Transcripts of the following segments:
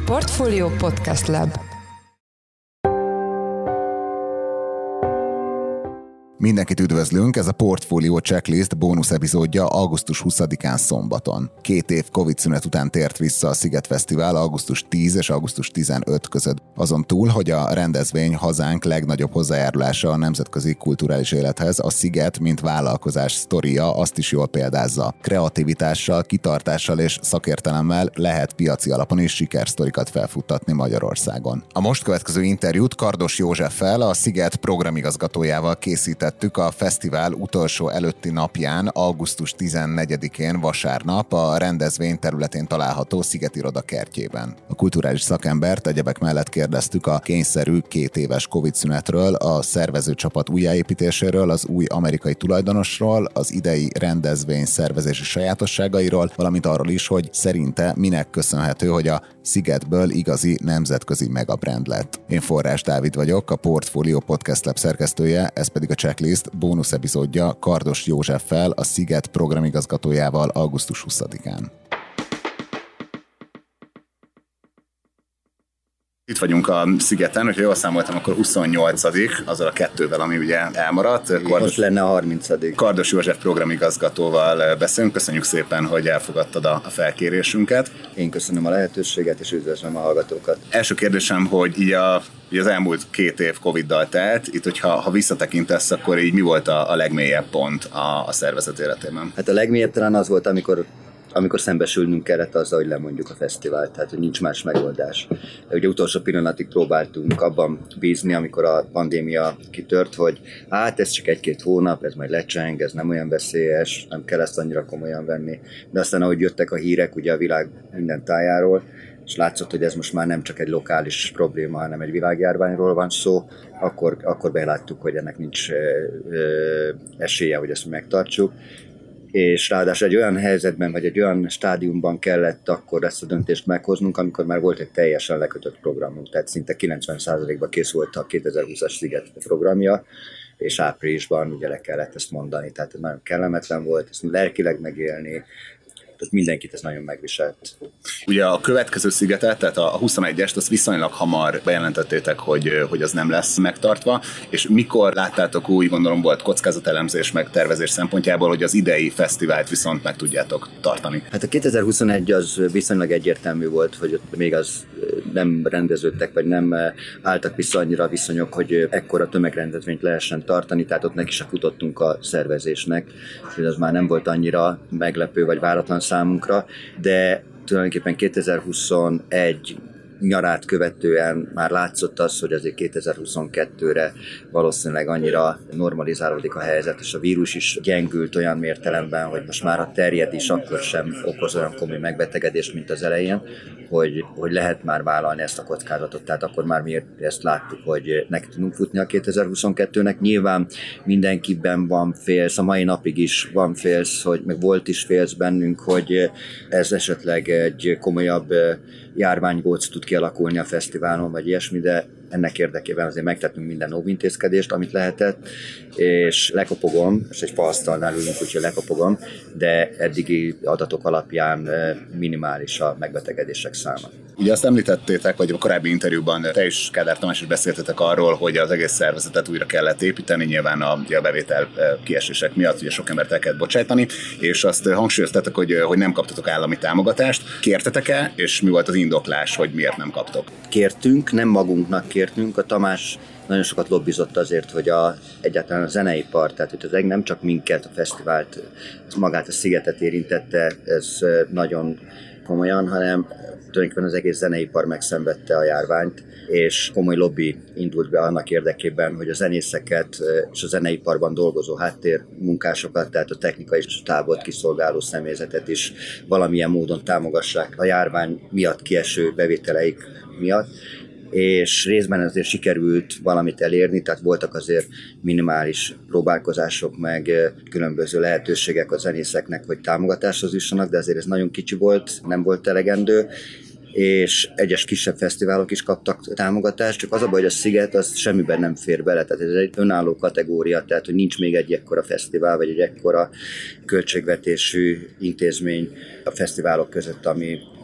Portfolio Podcast Lab. Mindenkit üdvözlünk, ez a Portfolio Checklist bónusz epizódja augusztus 20-án szombaton. 2 év Covid szünet után tért vissza a Sziget Fesztivál augusztus 10 és augusztus 15 között. Azon túl, hogy a rendezvény hazánk legnagyobb hozzájárulása a nemzetközi kulturális élethez, a Sziget, mint vállalkozás sztoria azt is jól példázza. Kreativitással, kitartással és szakértelemmel lehet piaci alapon is sikersztorikat felfuttatni Magyarországon. A most következő interjút Kardos Józseffel, a Sziget programigazgatójával készítettük a fesztivál utolsó előtti napján, augusztus 14-én vasárnap a rendezvény területén található Sziget iroda kertjében. A kulturális szakembert egyebek mellett kérdeztük a kényszerű 2 éves Covid szünetről, a szervezőcsapat újjáépítéséről, az új amerikai tulajdonosról, az idei rendezvény szervezési sajátosságairól, valamint arról is, hogy szerinte minek köszönhető, hogy a Szigetből igazi nemzetközi megabrand lett. Én Forrás Dávid vagyok, a Portfolio Podcast Lab szerkesztője, ez pedig a Checklist bónusz epizódja Kardos Józseffel, a Sziget programigazgatójával augusztus 20-án. Itt vagyunk a Szigeten, hogyha jól számoltam, akkor 28. azzal a 2-vel, ami ugye elmaradt. Most lenne a 30. Kardos József programigazgatóval beszélünk. Köszönjük szépen, hogy elfogadtad a felkérésünket. Én köszönöm a lehetőséget, és üdvözlöm a hallgatókat. Első kérdésem, hogy így az elmúlt 2 év Covid-dal telt, itt hogyha visszatekintesz, akkor így mi volt a legmélyebb pont a szervezet életében? Hát a legmélyebb talán az volt, amikor szembesülnünk kellett azzal, hogy lemondjuk a fesztivált, tehát hogy nincs más megoldás. Ugye utolsó pillanatig próbáltunk abban bízni, amikor a pandémia kitört, hogy hát ez csak 1-2 hónap, ez majd lecseng, ez nem olyan veszélyes, nem kell ezt annyira komolyan venni. De aztán ahogy jöttek a hírek ugye a világ minden tájáról, és látszott, hogy ez most már nem csak egy lokális probléma, hanem egy világjárványról van szó, akkor beláttuk, hogy ennek nincs esélye, hogy ezt megtartsuk. És ráadásul egy olyan helyzetben, vagy egy olyan stádiumban kellett akkor ezt a döntést meghoznunk, amikor már volt egy teljesen lekötött programunk, tehát szinte 90%-ban kész volt a 2020-as Sziget programja, és áprilisban ugye le kellett ezt mondani, tehát ez nagyon kellemetlen volt, ezt lelkileg megélni, tehát mindenkit ez nagyon megviselt. Ugye a következő Szigetet, tehát a 21-est, azt viszonylag hamar bejelentettétek, hogy az nem lesz megtartva, és mikor láttátok úgy, gondolom volt kockázatelemzés meg tervezés szempontjából, hogy az idei fesztivált viszont meg tudjátok tartani? Hát a 2021 az viszonylag egyértelmű volt, hogy ott még az nem rendeződtek, vagy nem álltak vissza annyira a viszonyok, hogy ekkora tömegrendezvényt lehessen tartani, tehát ott neki se futottunk a szervezésnek, és az már nem volt annyira meglepő vagy váratlan számunkra, de tulajdonképpen 2021 nyarát követően már látszott az, hogy azért 2022-re valószínűleg annyira normalizálódik a helyzet, és a vírus is gyengült olyan mértelemben, hogy most már a terjedés akkor sem okoz olyan komoly megbetegedést, mint az elején, hogy lehet már vállalni ezt a kockázatot. Tehát akkor már mi ezt láttuk, hogy neki tudunk futni a 2022-nek. Nyilván mindenkiben van félsz, a mai napig is van félsz, meg volt is félsz bennünk, hogy ez esetleg egy komolyabb járványgóc tud kialakulni a fesztiválon, vagy ilyesmi, de ennek érdekében azért megtettünk minden óvintézkedést, amit lehetett, és lekopogom, és egy faasztalnál ülünk, úgyhogy lekopogom, de eddigi adatok alapján minimális a megbetegedések száma. Ugye azt említettétek, vagy a korábbi interjúban te is, Kádár Tamás is beszéltetek arról, hogy az egész szervezetet újra kellett építeni, nyilván a bevétel kiesések miatt ugye sok embert el kellett bocsájtani, és azt hangsúlyoztatok, hogy nem kaptatok állami támogatást. Kértetek-e, és mi volt az indoklás, hogy miért nem kaptok? Kértünk, nem magunknak kértünk, a Tamás nagyon sokat lobbizott azért, hogy egyáltalán a zeneipar, tehát hogy ez nem csak minket, a fesztivált, magát a Szigetet érintette, ez nagyon komolyan, hanem tulajdonképpen az egész zeneipar megszenvedte a járványt, és komoly lobby indult be annak érdekében, hogy a zenészeket és a zeneiparban dolgozó háttérmunkásokat, tehát a technikai stábot kiszolgáló személyzetet is valamilyen módon támogassák a járvány miatt kieső bevételeik miatt, és részben azért sikerült valamit elérni, tehát voltak azért minimális próbálkozások, meg különböző lehetőségek a zenészeknek, hogy támogatáshoz jussanak, de azért ez nagyon kicsi volt, nem volt elegendő, és egyes kisebb fesztiválok is kaptak támogatást, csak az a baj, hogy a Sziget az semmiben nem fér bele, tehát ez egy önálló kategória, tehát hogy nincs még egy ekkora fesztivál, vagy egy ekkora költségvetésű intézmény a fesztiválok között,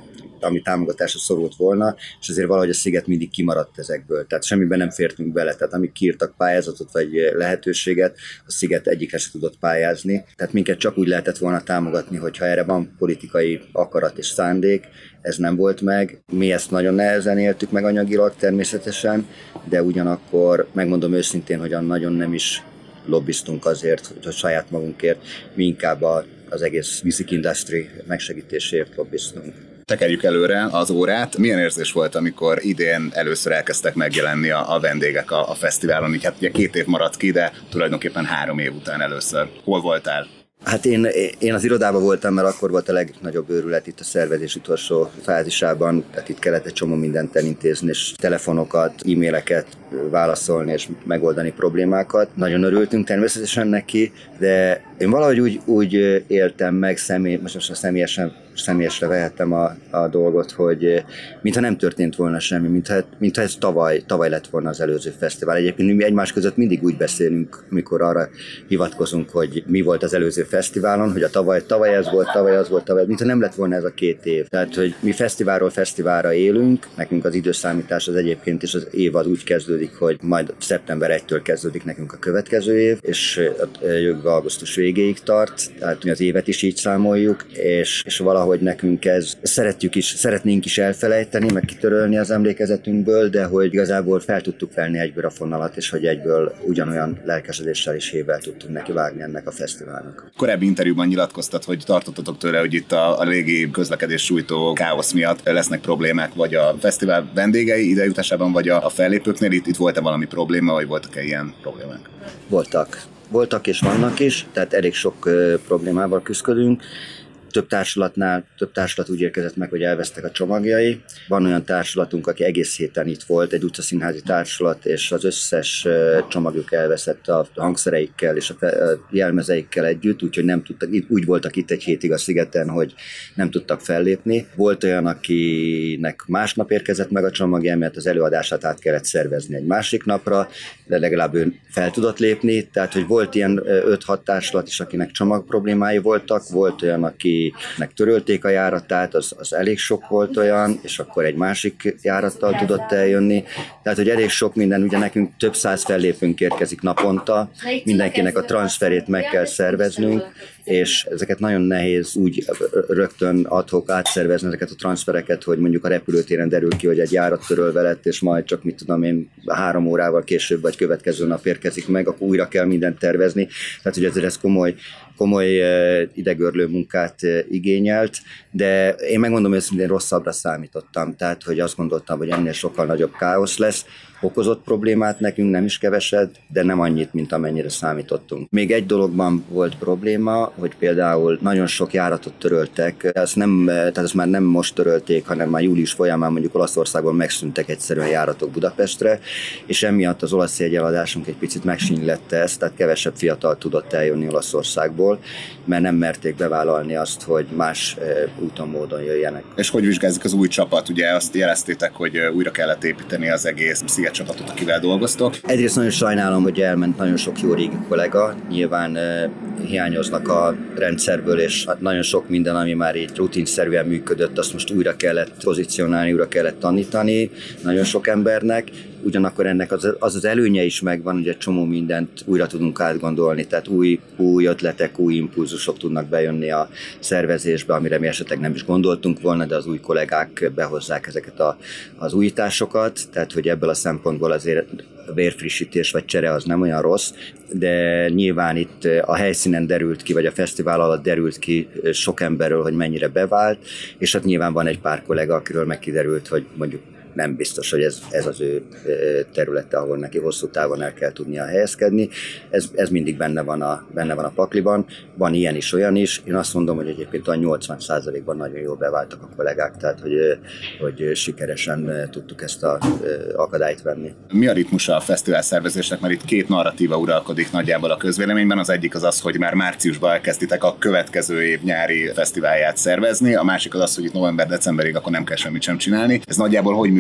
ami támogatásra szorult volna, és azért valahogy a sziget mindig kimaradt ezekből. Tehát semmiben nem fértünk bele. Tehát amíg kiírtak pályázatot vagy lehetőséget, a sziget egyikre se tudott pályázni. Tehát minket csak úgy lehetett volna támogatni, hogyha erre van politikai akarat és szándék. Ez nem volt meg. Mi ezt nagyon nehezen éltük meg anyagilag természetesen, de ugyanakkor megmondom őszintén, hogy nagyon nem is lobbiztunk azért, hogy a saját magunkért, mi inkább az egész music industry megsegítéséért lobbiztunk. Tekerjük előre az órát. Milyen érzés volt, amikor idén először elkezdtek megjelenni a vendégek a fesztiválon? Így hát ugye 2 év maradt ki, de tulajdonképpen 3 év után először. Hol voltál? Hát én az irodában voltam, mert akkor volt a legnagyobb őrület itt a szervezés utolsó fázisában, tehát itt kellett egy csomó mindent elintézni, és telefonokat, e-maileket válaszolni és megoldani problémákat. Nagyon örültünk természetesen neki, de én valahogy úgy éltem meg, most személyesre vehettem a dolgot, hogy mintha nem történt volna semmi, mintha ez tavaly lett volna az előző fesztivál. Egyébként mi egymás között mindig úgy beszélünk, amikor arra hivatkozunk, hogy mi volt az előző fesztiválon, hogy a tavaly ez volt, tavaly az volt, mintha nem lett volna ez a 2 év. Tehát, hogy mi fesztiválról fesztiválra élünk, nekünk az időszámítás az egyébként is az évad úgy kezdődik, hogy majd szeptember 1-től kezdődik nekünk a következő év, és augusztus végéig tart, tehát mi az évet is így számoljuk, és valahogy nekünk szeretnénk is elfelejteni, meg kitörölni az emlékezetünkből, de hogy igazából fel tudtuk venni egyből a fonalat, és hogy egyből ugyanolyan lelkesedéssel és hével tudtunk neki vágni ennek a fesztiválnak. Korábbi interjúban nyilatkoztat, hogy tartottatok tőle, hogy itt a légi közlekedés sújtó káosz miatt lesznek problémák, vagy a fesztivál vendégei idejutásában, vagy a fellépőknél. Itt volt-e valami probléma, vagy voltak-e ilyen problémák? Voltak és vannak is, tehát elég sok problémával küzdködünk. Több társulat úgy érkezett meg, hogy elvesztek a csomagjai. Van olyan társulatunk, aki egész héten itt volt, egy utcaszínházi társulat, és az összes csomagjuk elveszett a hangszereikkel és a jelmezeikkel együtt, úgyhogy nem tudtak, úgy voltak itt egy hétig a szigeten, hogy nem tudtak fellépni. Volt olyan, akinek másnap érkezett meg a csomagja, mert az előadását át kellett szervezni egy másik napra, de legalább ő fel tudott lépni, tehát hogy volt ilyen 5-6 társulat is, akinek csomag problémái voltak, volt olyan, akinek törölték a járatát, az elég sok volt olyan, és akkor egy másik járattal tudott eljönni. Tehát, hogy elég sok minden, ugye nekünk több 100 fellépőnk érkezik naponta, mindenkinek a transferét meg kell szerveznünk, és ezeket nagyon nehéz úgy rögtön ad hoc átszervezni ezeket a transfereket, hogy mondjuk a repülőtéren derül ki, hogy egy járat törölve lett, és majd csak 3 órával később vagy következő nap érkezik meg, akkor újra kell mindent tervezni. Tehát, hogy ez komoly idegörlő munkát igényelt, de én megmondom őszintén, rosszabbra számítottam, tehát hogy azt gondoltam, hogy ennél sokkal nagyobb káosz lesz, okozott problémát nekünk, nem is keveset, de nem annyit, mint amennyire számítottunk. Még egy dologban volt probléma, hogy például nagyon sok járatot töröltek, ezt már nem most törölték, hanem már július folyamán mondjuk Olaszországból megszűntek egyszerűen járatok Budapestre, és emiatt az olasz jegyeladásunk egy picit megsínylette ezt, tehát kevesebb fiatal tudott eljönni Olaszországból, mert nem merték bevállalni azt, hogy más úton, módon jöjjenek. És hogy vizsgálzik az új csapat? Ugye azt jeleztétek, hogy újra kellett építeni az egész szigetcsapatot, akivel dolgoztok. Egyrészt nagyon sajnálom, hogy elment nagyon sok jó régi kollega, nyilván hiányoznak a rendszerből, és hát nagyon sok minden, ami már így rutinszerűen működött, azt most újra kellett pozícionálni, újra kellett tanítani nagyon sok embernek. Ugyanakkor ennek az előnye is megvan, hogy egy csomó mindent újra tudunk átgondolni, tehát új ötletek, új impulzusok tudnak bejönni a szervezésbe, amire mi esetleg nem is gondoltunk volna, de az új kollégák behozzák ezeket az újításokat, tehát hogy ebből a szempontból azért vérfrissítés vagy csere az nem olyan rossz, de nyilván itt a helyszínen derült ki, vagy a fesztivál alatt derült ki sok emberről, hogy mennyire bevált, és hát nyilván van egy pár kollega, akiről megkiderült, hogy mondjuk nem biztos, hogy ez az ő területe, ahol neki hosszú távon el kell tudnia helyezkedni. Ez mindig benne van a pakliban. Van ilyen is, olyan is. Én azt mondom, hogy egyébként a 80%-ban nagyon jól beváltak a kollégák, tehát hogy sikeresen tudtuk ezt az akadályt venni. Mi a ritmusa a fesztivál szervezésnek? Mert itt 2 narratíva uralkodik nagyjából a közvéleményben. Az egyik az, hogy már márciusban elkezditek a következő év nyári fesztiválját szervezni. A másik az, hogy itt november-decemberig akkor nem kell semmit sem csinálni. Ez nagyjából hogy működik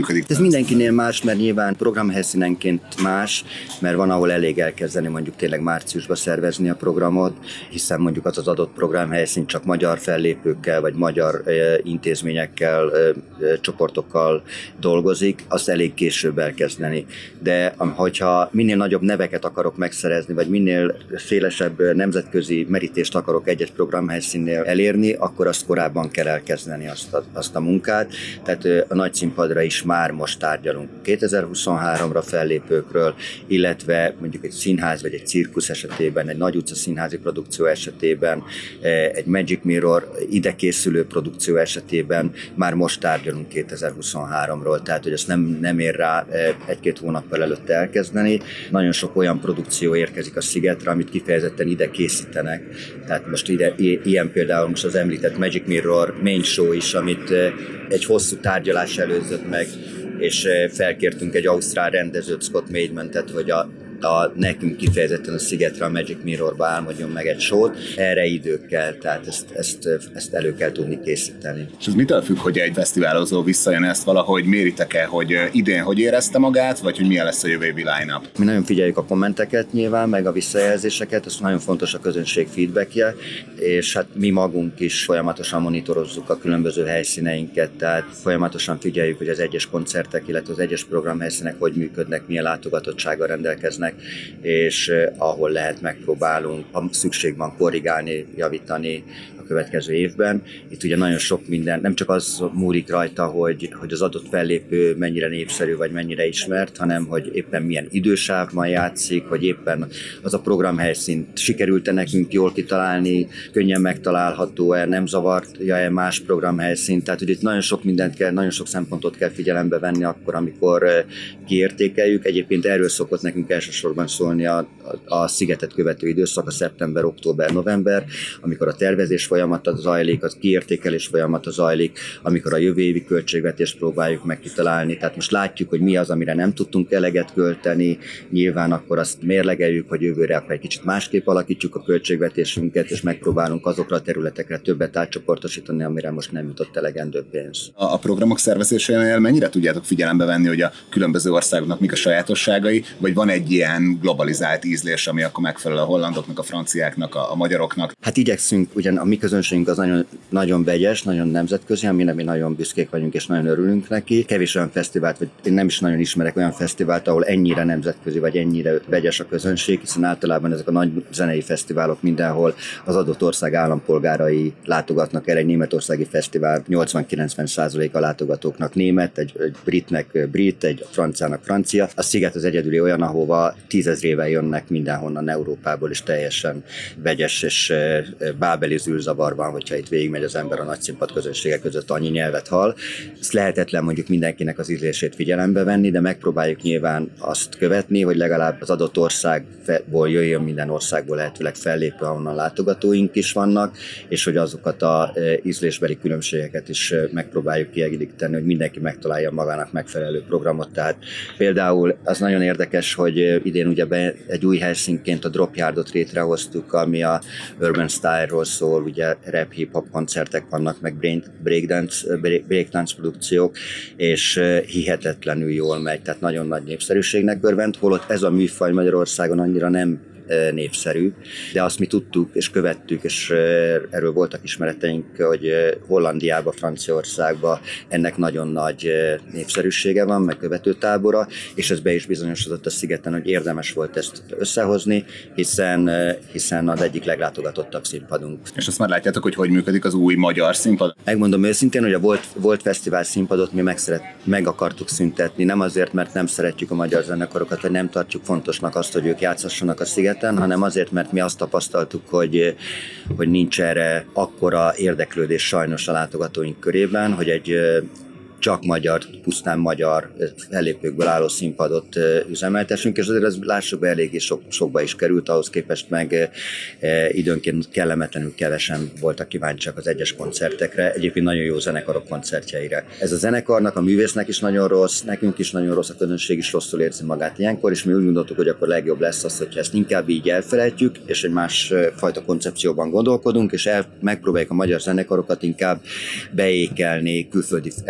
működik? Ez mindenkinél más, mert nyilván programhelyszínenként más, mert van, ahol elég elkezdeni mondjuk tényleg márciusban szervezni a programot, hiszen mondjuk az adott programhelyszín csak magyar fellépőkkel, vagy magyar intézményekkel, csoportokkal dolgozik, azt elég később elkezdeni. De hogyha minél nagyobb neveket akarok megszerezni, vagy minél szélesebb nemzetközi merítést akarok egy-egy programhelyszínnél elérni, akkor azt korábban kell elkezdeni azt a munkát. Tehát a nagy színpadra is már most tárgyalunk 2023-ra fellépőkről, illetve mondjuk egy színház vagy egy cirkusz esetében, egy nagy utca színházi produkció esetében, egy Magic Mirror ide készülő produkció esetében már most tárgyalunk 2023-ról, tehát hogy ezt nem ér rá egy-két hónappal előtt elkezdeni. Nagyon sok olyan produkció érkezik a Szigetre, amit kifejezetten ide készítenek. Tehát most ilyen például most az említett Magic Mirror main show is, amit egy hosszú tárgyalás előzött meg, és felkértünk egy ausztrál rendezőt, Scott Maidment-et, hogy nekünk kifejezetten a Szigetre, a Magic Mirrorba álmodjon meg egy show-t. Erre idő kell, tehát ezt elő kell tudni készíteni. És ez mitől függ, hogy egy fesztiválozó visszajön, ezt valahogy méritek-e, hogy idén hogy érezte magát, vagy hogy milyen lesz a jövő évi line-up? Mi nagyon figyeljük a kommenteket nyilván, meg a visszajelzéseket, ez nagyon fontos a közönség feedbackje, és hát mi magunk is folyamatosan monitorozzuk a különböző helyszíneinket, tehát folyamatosan figyeljük, hogy az egyes koncertek, illetve az egyes programhelyszínek hogy működnek, milyen látogatottsággal rendelkeznek, és ahol lehet, megpróbálunk, ha szükség van, korrigálni, javítani a következő évben. Itt ugye nagyon sok minden, nem csak az múlik rajta, hogy az adott fellépő mennyire népszerű, vagy mennyire ismert, hanem hogy éppen milyen idősávban játszik, hogy éppen az a programhelyszín sikerült-e nekünk jól kitalálni, könnyen megtalálható-e, nem zavarja-e más programhelyszín. Tehát, hogy itt nagyon sok mindent kell, nagyon sok szempontot kell figyelembe venni akkor, amikor kiértékeljük. Egyébként erről szokott nekünk elsősorban szólni a Szigetet követő időszak, a szeptember, október, november, amikor a tervezés folyamata zajlik, az kiértékelés folyamata zajlik, amikor a jövő évi költségvetést próbáljuk meg kitalálni. Tehát most látjuk, hogy mi az, amire nem tudtunk eleget költeni, nyilván akkor azt mérlegeljük, hogy jövőre akkor egy kicsit másképp alakítjuk a költségvetésünket, és megpróbálunk azokra a területekre többet átcsoportosítani, amire most nem jutott elegendő pénz. A programok szervezésénél mennyire tudjátok figyelembe venni, hogy a különböző országoknak mik a sajátosságai, vagy van egy ilyen globalizált ízlés, ami akkor megfelel a hollandoknak, a franciáknak, a magyaroknak? Hát igyekszünk, ugyan a mi közönségünk az nagyon, nagyon vegyes, nagyon nemzetközi, amire mi nagyon büszkék vagyunk, és nagyon örülünk neki. Kevés olyan fesztivált, vagy én nem is nagyon ismerek olyan fesztivált, ahol ennyire nemzetközi, vagy ennyire vegyes a közönség, hiszen általában ezek a nagy zenei fesztiválok mindenhol az adott ország állampolgárai látogatnak el. Egy németországi fesztivál 80-90% a látogatóknak német, egy britnek brit, egy franciának francia. A Sziget az egyedüli olyan, ahova 10 000 jönnek mindenhonnan Európából, és teljesen vegyes és bábeli zűrzavarban, hogyha itt végigmegy az ember a nagyszínpad közönségek között, annyi nyelvet hall. Ez lehetetlen mondjuk mindenkinek az ízlését figyelembe venni, de megpróbáljuk nyilván azt követni, hogy legalább az adott országból jöjjön, minden országból lehetőleg fellépő, ahonnan látogatóink is vannak, és hogy azokat az ízlésbeli különbségeket is megpróbáljuk kiegyenlíteni, hogy mindenki megtalálja magának megfelelő programot. Tehát például az nagyon érdekes, hogy idén ugye egy új helyszínként a Drop Yardot létrehoztuk, ami a urban style-ról szól, ugye rap, hip-hop koncertek vannak, meg breakdance produkciók, és hihetetlenül jól megy, tehát nagyon nagy népszerűségnek örvend, holott ez a műfaj Magyarországon annyira nem népszerű, de azt mi tudtuk és követtük, és erről voltak ismereteink, hogy Hollandiában, Franciaországban ennek nagyon nagy népszerűsége van, meg követőtábora, és ez be is bizonyosodott a Szigeten, hogy érdemes volt ezt összehozni, hiszen az egyik leglátogatottabb színpadunk. És azt már látjátok, hogy működik az új magyar színpad? Megmondom őszintén, hogy a volt fesztivál színpadot mi meg akartuk szüntetni, nem azért, mert nem szeretjük a magyar zenekarokat, vagy nem tartjuk fontosnak azt, hogy ők játszhassanak a Szigeten, hanem azért, mert mi azt tapasztaltuk, hogy nincs erre akkora érdeklődés sajnos a látogatóink körében, hogy egy csak magyar, pusztán magyar fellépőkből álló színpadot üzemeltessünk, és azért ez lássuk be eléggé sokba is került, ahhoz képest meg időnként kellemetlenül kevesen voltak kíváncsiak az egyes koncertekre, egyébként nagyon jó zenekarok koncertjeire. Ez a zenekarnak, a művésznek is nagyon rossz, nekünk is nagyon rossz, a közönség is rosszul érzi magát ilyenkor, és mi úgy gondoltuk, hogy akkor legjobb lesz az, hogyha ezt inkább így elfelejtjük, és egy más fajta koncepcióban gondolkodunk, és megpróbáljuk a magyar zenekarokat inkább beékelni külföldi előadók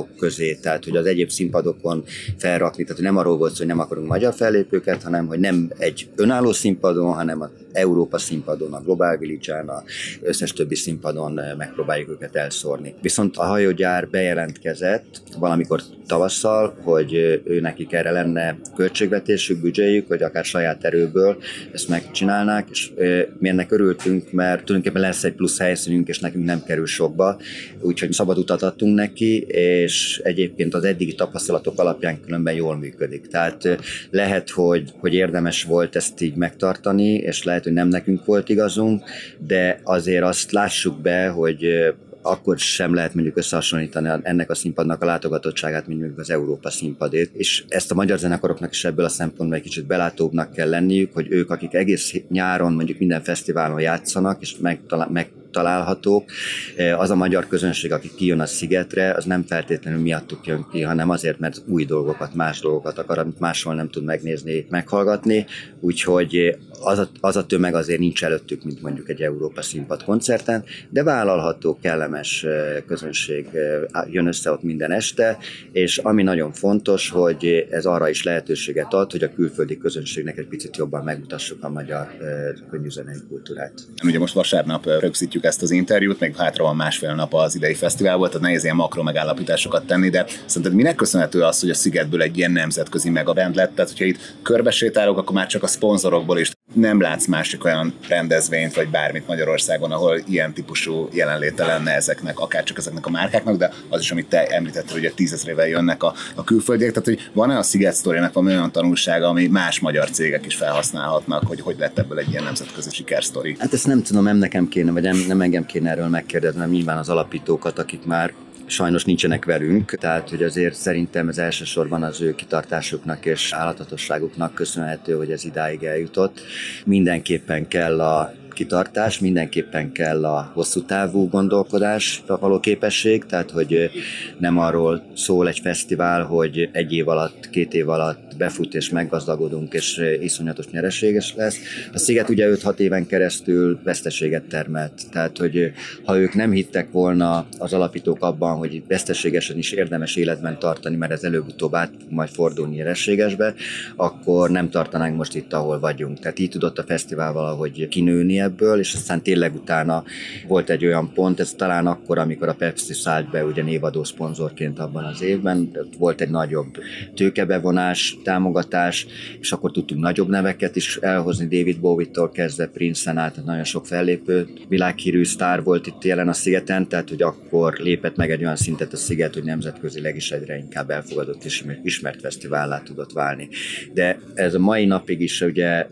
színpadok közé, tehát hogy az egyéb színpadokon felrakni, tehát hogy nem arról volt szó, hogy nem akarunk magyar fellépőket, hanem hogy nem egy önálló színpadon, hanem az Európa színpadon, a Global Village-en, az összes többi színpadon megpróbáljuk őket elszórni. Viszont a hajógyár bejelentkezett valamikor tavasszal, hogy ő nekik erre lenne költségvetésük, büdzséjük, hogy akár saját erőből ezt megcsinálnák, és mi ennek örültünk, mert tulajdonképpen lesz egy plusz helyszínünk, és nekünk nem kerül sokba, úgyhogy szabad utat adtunk neki, és egyébként az eddigi tapasztalatok alapján különben jól működik. Tehát lehet, hogy érdemes volt ezt így megtartani, és lehet, hogy nem nekünk volt igazunk, de azért azt lássuk be, hogy akkor sem lehet mondjuk összehasonlítani ennek a színpadnak a látogatottságát, mint mondjuk az Európa színpadét. És ezt a magyar zenekaroknak is ebből a szempontból egy kicsit belátóbbnak kell lenniük, hogy ők, akik egész nyáron mondjuk minden fesztiválon játszanak, és megtalálhatók, az a magyar közönség, aki kijön a szigetre, az nem feltétlenül miattuk jön ki, hanem azért, mert új dolgokat, más dolgokat akar, amit máshol nem tud megnézni, meghallgatni. Úgyhogy az a tömeg azért nincs előttük, mint mondjuk egy Európa színpad koncerten, de vállalható, kellemes közönség jön össze ott minden este, és ami nagyon fontos, hogy ez arra is lehetőséget ad, hogy a külföldi közönségnek egy picit jobban megmutassuk a magyar könnyűzenei kultúrát. Ugye most vasárnap rögzítjük ezt az interjút, még hátra van másfél nap az idei fesztiválból, tehát nehéz ilyen makro megállapításokat tenni, de szerinted minek köszönhető az, hogy a Szigetből egy ilyen nemzetközi megaband lett? Tehát, hogyha itt körbesétálok, akkor már csak a szponzorokból is nem látsz másik olyan rendezvényt, vagy bármit Magyarországon, ahol ilyen típusú jelenléte lenne ezeknek, akár csak ezeknek a márkáknak, de az is, amit te említetted, hogy 10 000-ével jönnek a külföldiek. Tehát, hogy van-e a Sziget sztoriának valami olyan tanulsága, ami más magyar cégek is felhasználhatnak, hogy lett ebből egy ilyen nemzetközi sikersztori? Hát ezt nem tudom, nem nekem kéne, vagy nem engem kéne erről megkérdeznem, nyilván az alapítókat, akik már sajnos nincsenek velünk, tehát hogy azért szerintem ez elsősorban az ő kitartásuknak és álhatatosságuknak köszönhető, hogy ez idáig eljutott. Mindenképpen kell a kitartás, mindenképpen kell a hosszú távú gondolkodásra való képesség, tehát hogy nem arról szól egy fesztivál, hogy 1 év alatt, 2 év alatt befut és meggazdagodunk, és iszonyatos nyereséges lesz. A Sziget ugye 5-6 éven keresztül veszteséget termelt, tehát hogy ha ők nem hittek volna az alapítók abban, hogy veszteségesen is érdemes életben tartani, mert ez előbb-utóbb át majd fordul nyereségesbe, akkor nem tartanánk most itt, ahol vagyunk. Tehát így tudott a fesztivál valahogy kinőni ebből, és aztán tényleg utána volt egy olyan pont, ez talán akkor, amikor a Pepsi szállt be ugye névadó szponzorként abban az évben, volt egy nagyobb tőkebevonás, támogatás, és akkor tudtunk nagyobb neveket is elhozni, David Bowie-tól kezdve Prince-en át, nagyon sok fellépő, világhírű sztár volt itt jelen a Szigeten, tehát hogy akkor lépett meg egy olyan szintet a Sziget, hogy nemzetközileg is egyre inkább elfogadott és ismert fesztivállá tudott válni. De ez a mai napig is ugye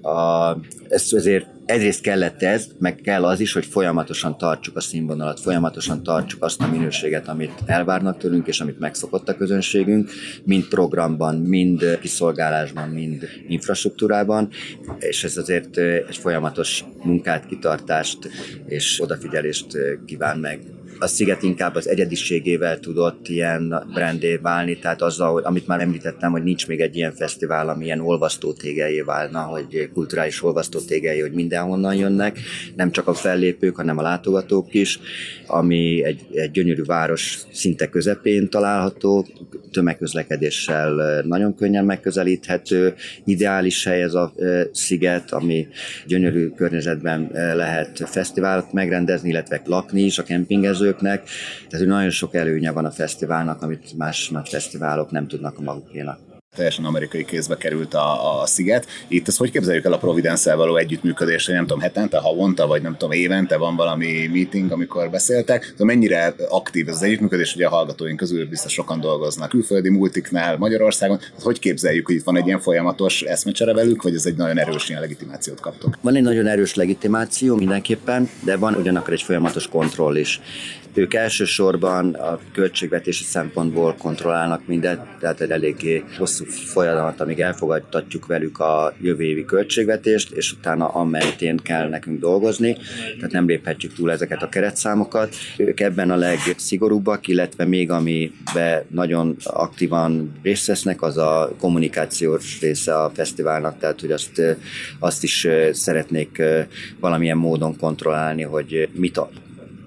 ez azért egyrészt kellett ez, meg kell az is, hogy folyamatosan tartsuk a színvonalat, folyamatosan tartsuk azt a minőséget, amit elvárnak tőlünk, és amit megszokott a közönségünk, mind programban, mind kiszolgálásban, mind infrastruktúrában, és ez azért egy folyamatos munkát, kitartást és odafigyelést kíván meg. A Sziget inkább az egyediségével tudott ilyen brandé válni, tehát azzal, amit már említettem, hogy nincs még egy ilyen fesztivál, ami ilyen olvasztótégelyé válna, hogy kulturális olvasztótégelyé, hogy mindenhonnan jönnek, nem csak a fellépők, hanem a látogatók is, ami egy gyönyörű város szinte közepén található, tömegközlekedéssel nagyon könnyen megközelíthető, ideális hely ez a Sziget, ami gyönyörű környezetben lehet fesztivált megrendezni, illetve lakni is a kempingezőknek, tehát nagyon sok előnye van a fesztiválnak, amit más nagy fesztiválok nem tudnak a magukénak. Teljesen amerikai kézbe került a Sziget. Itt ezt hogy képzeljük el a Providence-el való együttműködésre? Nem tudom, hetente, havonta, vagy nem tudom, évente van valami meeting, amikor beszéltek. De mennyire aktív ez az együttműködés? Ugye a hallgatóink közül biztos sokan dolgoznak külföldi multiknál, Magyarországon. Hogy képzeljük, hogy itt van egy ilyen folyamatos eszmecsere velük, vagy ez egy nagyon erős ilyen legitimációt kaptok? Van egy nagyon erős legitimáció mindenképpen, de van ugyanakkor egy folyamatos kontroll is. Ők elsősorban a költségvetési szempontból kontrollálnak mindent, tehát egy eléggé hosszú folyamat, amíg elfogadtatjuk velük a jövő évi költségvetést, és utána amentén kell nekünk dolgozni, tehát nem léphetjük túl ezeket a keretszámokat. Ők ebben a legszigorúbbak, illetve még amiben nagyon aktívan részt vesznek, az a kommunikációs része a fesztiválnak, tehát hogy azt is szeretnék valamilyen módon kontrollálni, hogy mit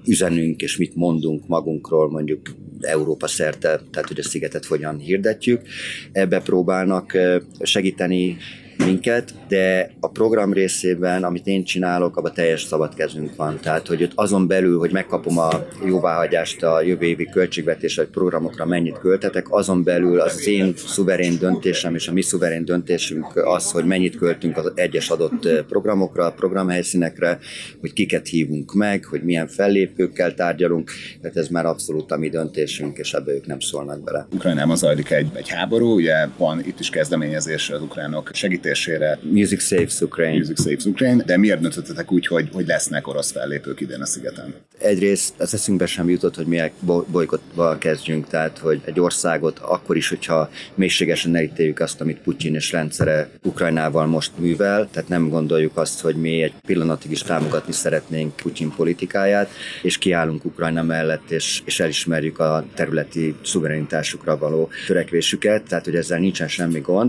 üzenünk, és mit mondunk magunkról mondjuk Európa szerte, tehát hogy a szigetet hogyan hirdetjük. Ebbe próbálnak segíteni minket, de a program részében, amit én csinálok, abban teljes szabad kezünk van. Tehát, hogy azon belül, hogy megkapom a jóváhagyást a jövő évi költségvetésre, vagy programokra mennyit költetek, azon belül az én szuverén döntésem és a mi szuverén döntésünk az, hogy mennyit költünk az egyes adott programokra, programhelyszínekre, hogy kiket hívunk meg, hogy milyen fellépőkkel tárgyalunk, tehát ez már abszolút a mi döntésünk, és ebbe ők nem szólnak bele. Ukrajnában zajlik egy háború, ugye van itt is kezdeményezés az ukránok segítésére. Music Saves Ukraine. Music Saves Ukraine, de miért döntöttetek úgy, hogy lesznek orosz fellépők idén a szigeten? Egyrészt az eszünkbe sem jutott, hogy mi bolykottval kezdjünk, tehát hogy egy országot akkor is, hogyha mélységesen elítéljük azt, amit Putyin és rendszere Ukrajnával most művel, tehát nem gondoljuk azt, hogy mi egy pillanatig is támogatni szeretnénk Putyin politikáját, és kiállunk Ukrajna mellett, és elismerjük a területi szuverenitásukra való törekvésüket, tehát hogy ezzel nincsen semmi gond,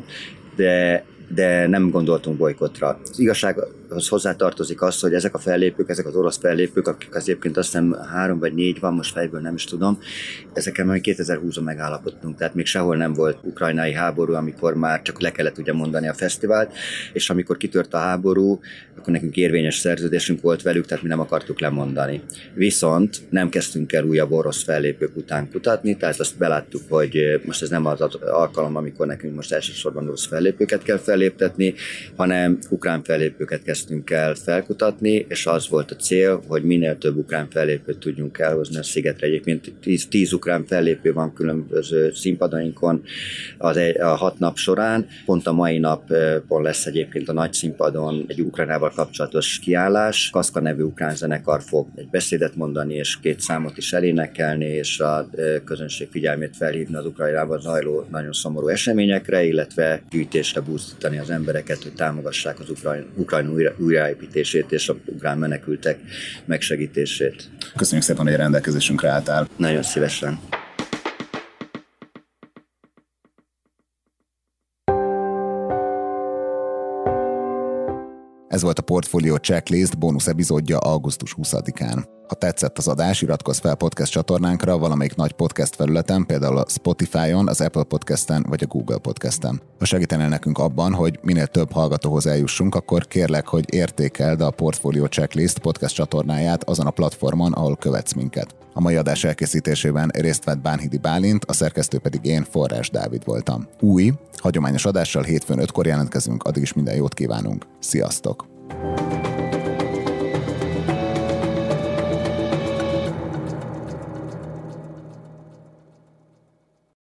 de nem gondoltunk bolykottra. Az igazsághoz hozzátartozik az, hogy ezek a fellépők, ezek az orosz fellépők, akik az egyébként azt hiszem 3 vagy 4 van, most fejből nem is tudom, ezeken majd 2020-ban megállapodtunk, tehát még sehol nem volt ukrajnai háború, amikor már csak le kellett ugye mondani a fesztivált, és amikor kitört a háború, akkor nekünk érvényes szerződésünk volt velük, tehát mi nem akartuk lemondani. Viszont nem kezdtünk el újabb orosz fellépők után kutatni, tehát azt beláttuk, hogy most ez nem az alkalom, amikor nekünk most elsősorban orosz fellépőket kell felléptetni, hanem ukrán fellépőket kezdtünk el felkutatni, és az volt a cél, hogy minél több ukrán fellépőt tudjunk elhozni a szigetre. Egyébként 10 ukrán fellépő van különböző színpadainkon a 6 nap során. Pont a mai napon lesz egyébként a nagy színpadon egy Ukrajnával kapcsolatos kiállás. Kaszka nevű ukrán zenekar fog egy beszédet mondani, és 2 számot is elénekelni, és a közönség figyelmét felhívni az Ukrajnában zajló nagyon szomorú eseményekre, illetve gyűjtésre buzdítani az embereket, hogy támogassák az Ukrajna újraépítését és a ukrán menekültek megsegítését. Köszönjük szépen, hogy a rendelkezésünkre álltál. Nagyon szívesen. Ez volt a Portfolio Checklist bónusz epizódja augusztus 20-án. Ha tetszett az adás, iratkozz fel podcast csatornánkra valamelyik nagy podcast felületen, például a Spotify-on, az Apple Podcasten vagy a Google Podcasten. Ha segítenél nekünk abban, hogy minél több hallgatóhoz eljussunk, akkor kérlek, hogy értékeld a Portfolio Checklist podcast csatornáját azon a platformon, ahol követsz minket. A mai adás elkészítésében részt vett Bánhidi Bálint, a szerkesztő pedig én, Forrás Dávid voltam. Új, hagyományos adással hétfőn 5-kor jelentkezünk, addig is minden jót kívánunk. Sziasztok!